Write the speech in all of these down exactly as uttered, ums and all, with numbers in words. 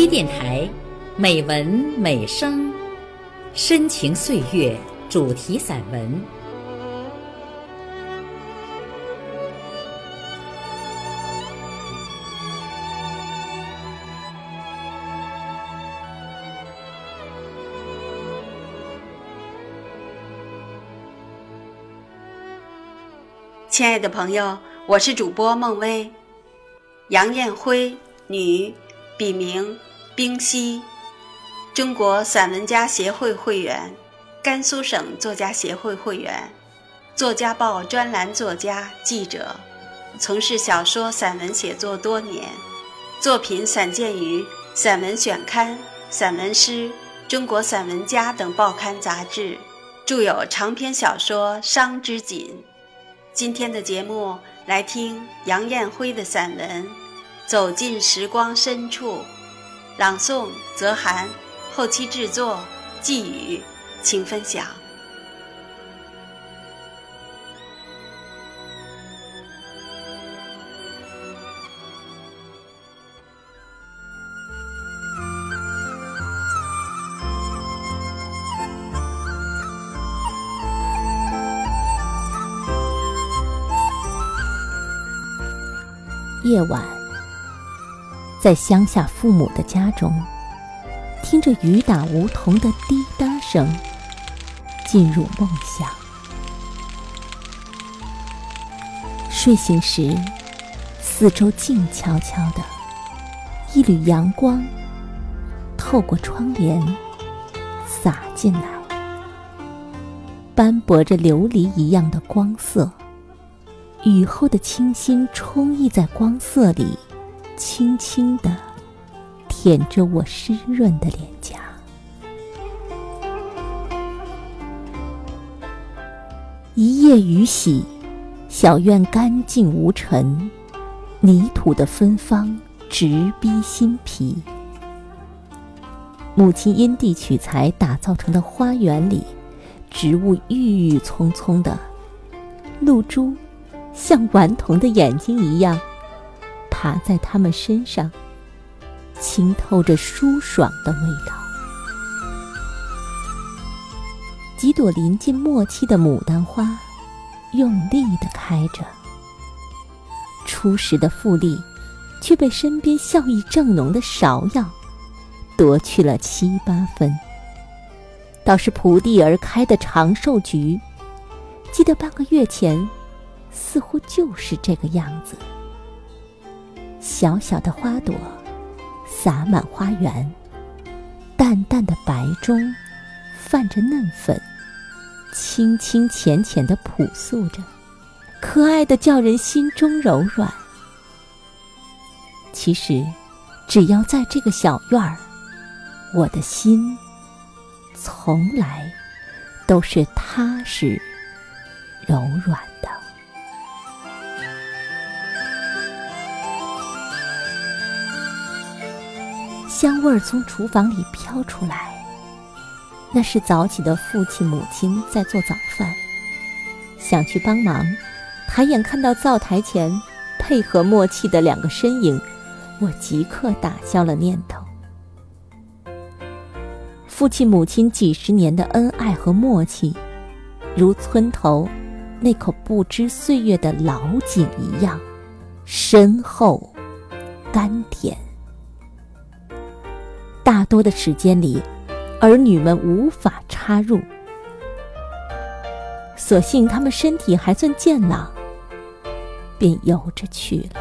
微电台，美文美声，深情岁月主题散文。 亲爱的朋友，我是主播孟薇，杨艳辉，女，笔名冰溪，中国散文家协会会员，甘肃省作家协会会员，作家报专栏作家、记者，从事小说散文写作多年，作品散见于《散文选刊》《散文诗》《中国散文家》等报刊杂志，著有长篇小说《伤之锦》。今天的节目来听杨艳辉的散文《走进时光深处》，朗诵泽涵，后期制作季宇，请分享。 夜晚，在乡下父母的家中，听着雨打梧桐的滴答声，进入梦乡。睡醒时，四周静悄悄的，一缕阳光透过窗帘洒进来，斑驳着琉璃一样的光色。雨后的清新充溢在光色里，轻轻地舔着我湿润的脸颊。一夜雨洗，小院干净无尘，泥土的芬芳直逼心脾。母亲因地取材打造成的花园里，植物郁郁葱葱的，露珠像顽童的眼睛一样爬在它们身上，清透着舒爽的味道。几朵临近末期的牡丹花用力地开着，初时的富丽却被身边笑意正浓的芍药夺去了七八分。倒是铺地而开的长寿菊，记得半个月前似乎就是这个样子，小小的花朵洒满花园，淡淡的白中泛着嫩粉，清清浅浅地朴素着，可爱的叫人心中柔软。其实只要在这个小院儿，我的心从来都是踏实柔软的。香味儿从厨房里飘出来，那是早起的父亲母亲在做早饭。想去帮忙，抬眼看到灶台前配合默契的两个身影，我即刻打消了念头。父亲母亲几十年的恩爱和默契，如村头那口不知岁月的老井一样深厚甘甜。大多的时间里，儿女们无法插入，所幸他们身体还算健朗，便由着去了。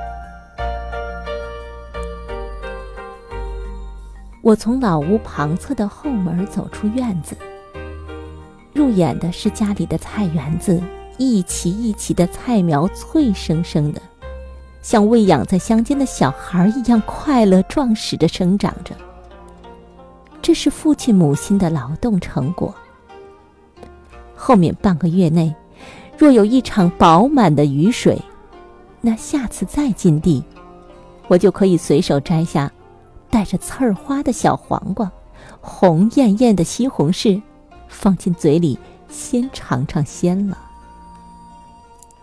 我从老屋旁侧的后门走出院子，入眼的是家里的菜园子，一畦一畦的菜苗脆生生的，像喂养在乡间的小孩一样快乐壮实地生长着。这是父亲母亲的劳动成果。后面半个月内，若有一场饱满的雨水，那下次再进地，我就可以随手摘下带着刺儿花的小黄瓜，红艳艳的西红柿，放进嘴里先尝尝鲜了。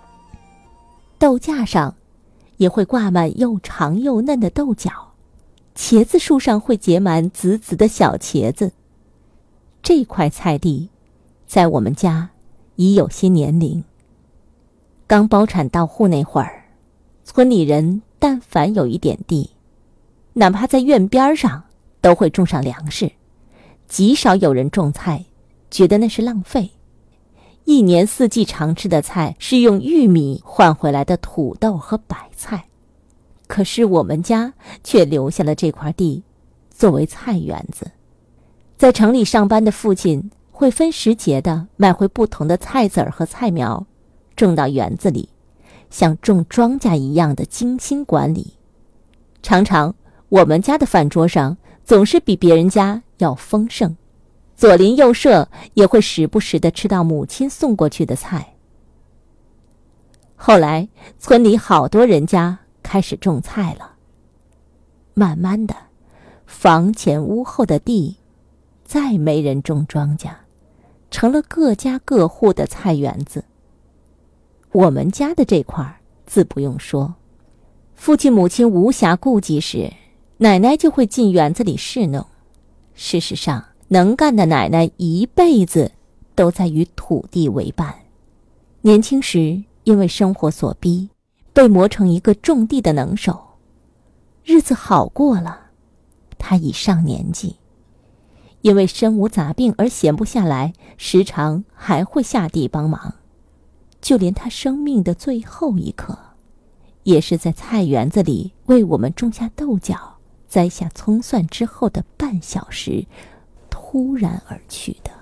豆架上也会挂满又长又嫩的豆角， 茄子树上会结满紫紫的小茄子。这块菜地在我们家已有些年龄。刚包产到户那会儿，村里人但凡有一点地，哪怕在院边上都会种上粮食，极少有人种菜觉得那是浪费。一年四季常吃的菜是用玉米换回来的土豆和白菜，可是我们家却留下了这块地作为菜园子。在城里上班的父亲会分时节的买回不同的菜籽儿和菜苗，种到园子里，像种庄稼一样的精心管理。常常我们家的饭桌上总是比别人家要丰盛，左邻右舍也会时不时地吃到母亲送过去的菜。后来村里好多人家开始种菜了，慢慢的，房前屋后的地再没人种庄稼，成了各家各户的菜园子。我们家的这块自不用说，父亲母亲无暇顾及时，奶奶就会进园子里侍弄。事实上，能干的奶奶一辈子都在与土地为伴。年轻时因为生活所逼，被磨成一个种地的能手。日子好过了，她已上年纪，因为身无杂病而闲不下来，时常还会下地帮忙。就连她生命的最后一刻，也是在菜园子里为我们种下豆角、栽下葱蒜之后的半小时突然而去的。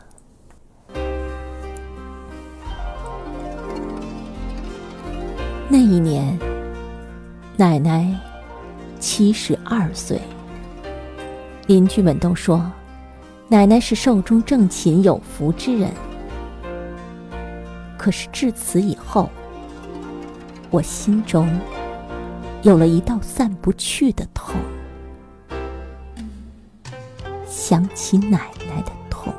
那一年，奶奶七十二岁。邻居们都说，奶奶是寿终正寝有福之人。可是至此以后，我心中有了一道散不去的痛，想起奶奶的痛。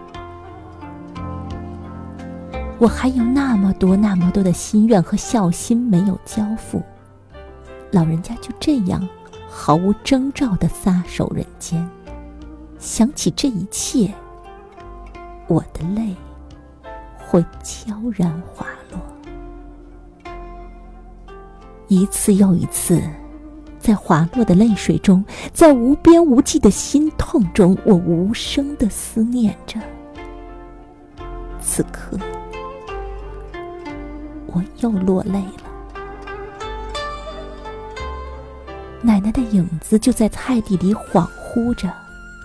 我还有那么多那么多的心愿和孝心没有交付，老人家就这样毫无征兆地撒手人间。想起这一切，我的泪会悄然滑落。一次又一次，在滑落的泪水中，在无边无际的心痛中，我无声地思念着。此刻，我又落泪了。奶奶的影子就在菜地里恍惚着。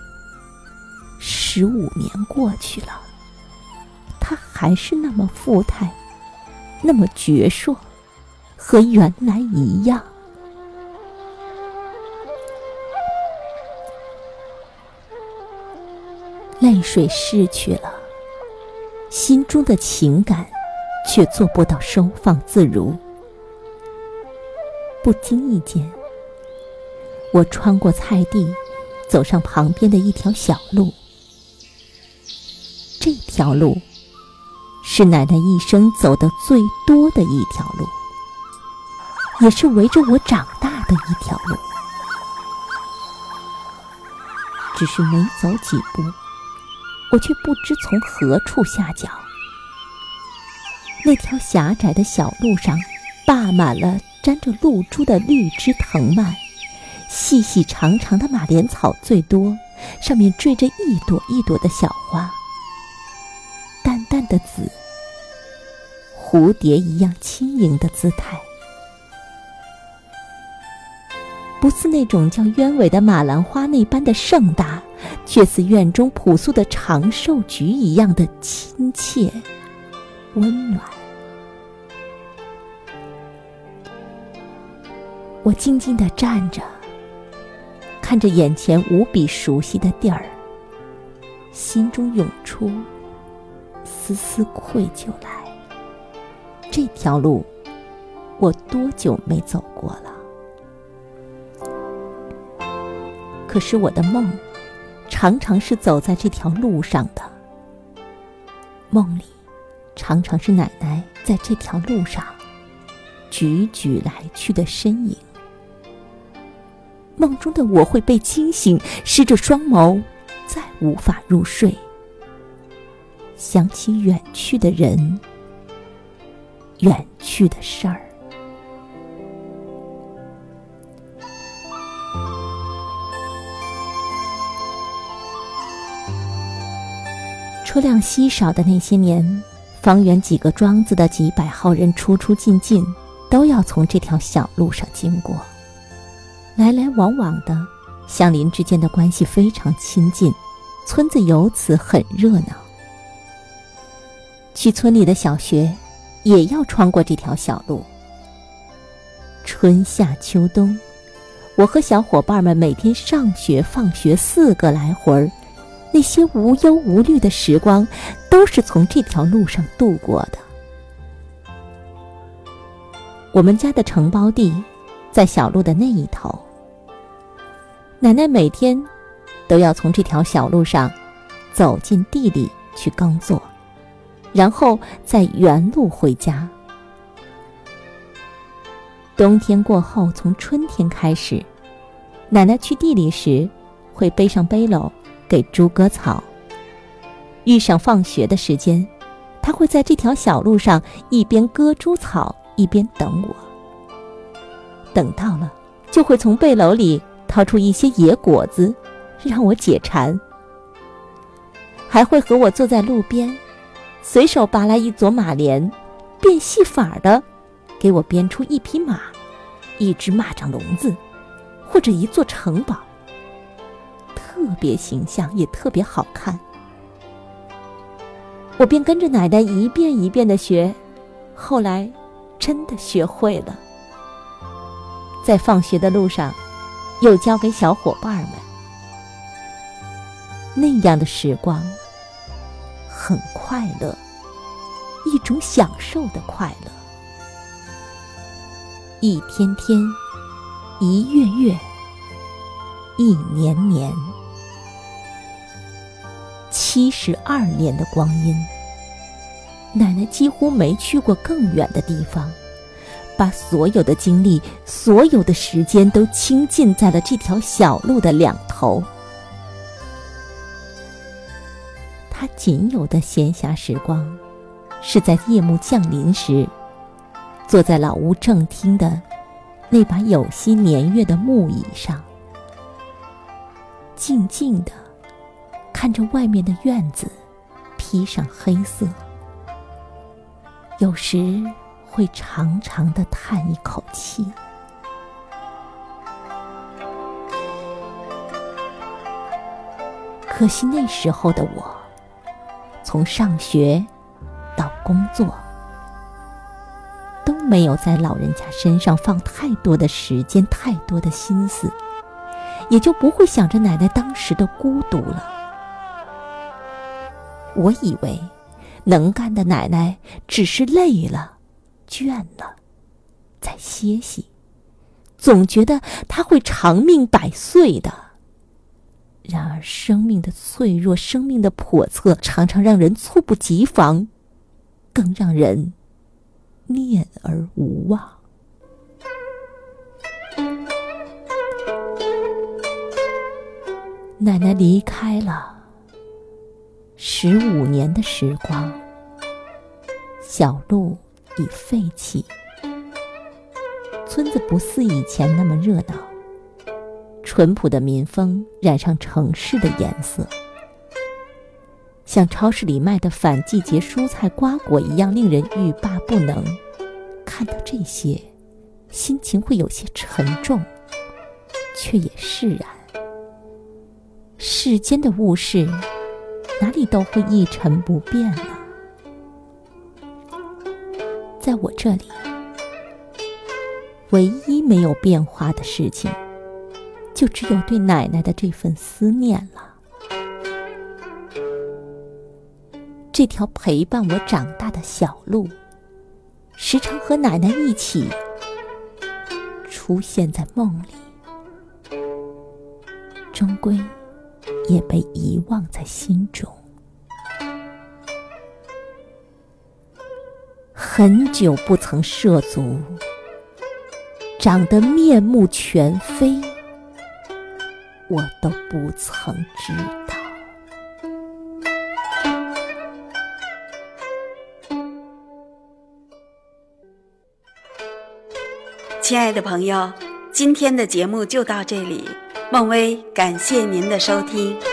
十五年过去了，她还是那么富态，那么矍铄，和原来一样。泪水逝去了，心中的情感却做不到收放自如。不经意间，我穿过菜地，走上旁边的一条小路。这条路是奶奶一生走的最多的一条路，也是围着我长大的一条路。只是没走几步，我却不知从何处下脚。那条狭窄的小路上霸满了沾着露珠的绿枝藤蔓，细细长长的马莲草最多，上面缀着一朵一朵的小花，淡淡的紫，蝴蝶一样轻盈的姿态。不似那种叫鸢尾的马兰花那般的盛大，却似院中朴素的长寿菊一样的亲切温暖。我静静地站着，看着眼前无比熟悉的地儿，心中涌出丝丝愧疚来。这条路我多久没走过了？可是我的梦常常是走在这条路上的，梦里常常是奶奶在这条路上踽踽来去的身影。 梦中的我会被惊醒，湿着双眸，再无法入睡。想起远去的人，远去的事儿。车辆稀少的那些年，方圆几个庄子的几百号人出出进进，都要从这条小路上经过。来来往往的，乡邻之间的关系非常亲近，村子由此很热闹。去村里的小学也要穿过这条小路。春夏秋冬，我和小伙伴们每天上学放学四个来回，那些无忧无虑的时光都是从这条路上度过的。我们家的承包地在小路的那一头，奶奶每天都要从这条小路上走进地里去耕作，然后再原路回家。冬天过后，从春天开始，奶奶去地里时会背上背篓给猪割草。遇上放学的时间，她会在这条小路上一边割猪草一边等我。等到了，就会从背篓里掏出一些野果子让我解馋，还会和我坐在路边，随手拔来一撮马莲，变戏法的给我编出一匹马、一只蚂蚱笼子或者一座城堡，特别形象也特别好看。我便跟着奶奶一遍一遍地学，后来真的学会了。在放学的路上又教给小伙伴们。那样的时光很快乐，一种享受的快乐。一天天，一月月，一年年，七十二年的光阴，奶奶几乎没去过更远的地方，把所有的精力，所有的时间都倾尽在了这条小路的两头。她仅有的闲暇时光，是在夜幕降临时，坐在老屋正厅的那把有些年月的木椅上，静静地看着外面的院子披上黑色，有时会长长地叹一口气。可惜那时候的我，从上学到工作，都没有在老人家身上放太多的时间，太多的心思，也就不会想着奶奶当时的孤独了。我以为能干的奶奶只是累了倦了在歇息，总觉得她会长命百岁的。然而生命的脆弱，生命的叵测，常常让人猝不及防，更让人念而无望。奶奶离开了十五年的时光，小路已废弃，村子不似以前那么热闹，淳朴的民风染上城市的颜色，像超市里卖的反季节蔬菜瓜果一样令人欲罢不能。看到这些，心情会有些沉重，却也释然。世间的物事哪里都会一成不变呢？在我这里，唯一没有变化的事情，就只有对奶奶的这份思念了。这条陪伴我长大的小路，时常和奶奶一起出现在梦里，终归也被遗忘在心中。很久不曾涉足，长得面目全非， 我都不曾知道。 亲爱的朋友，今天的节目就到这里，孟薇感谢您的收听。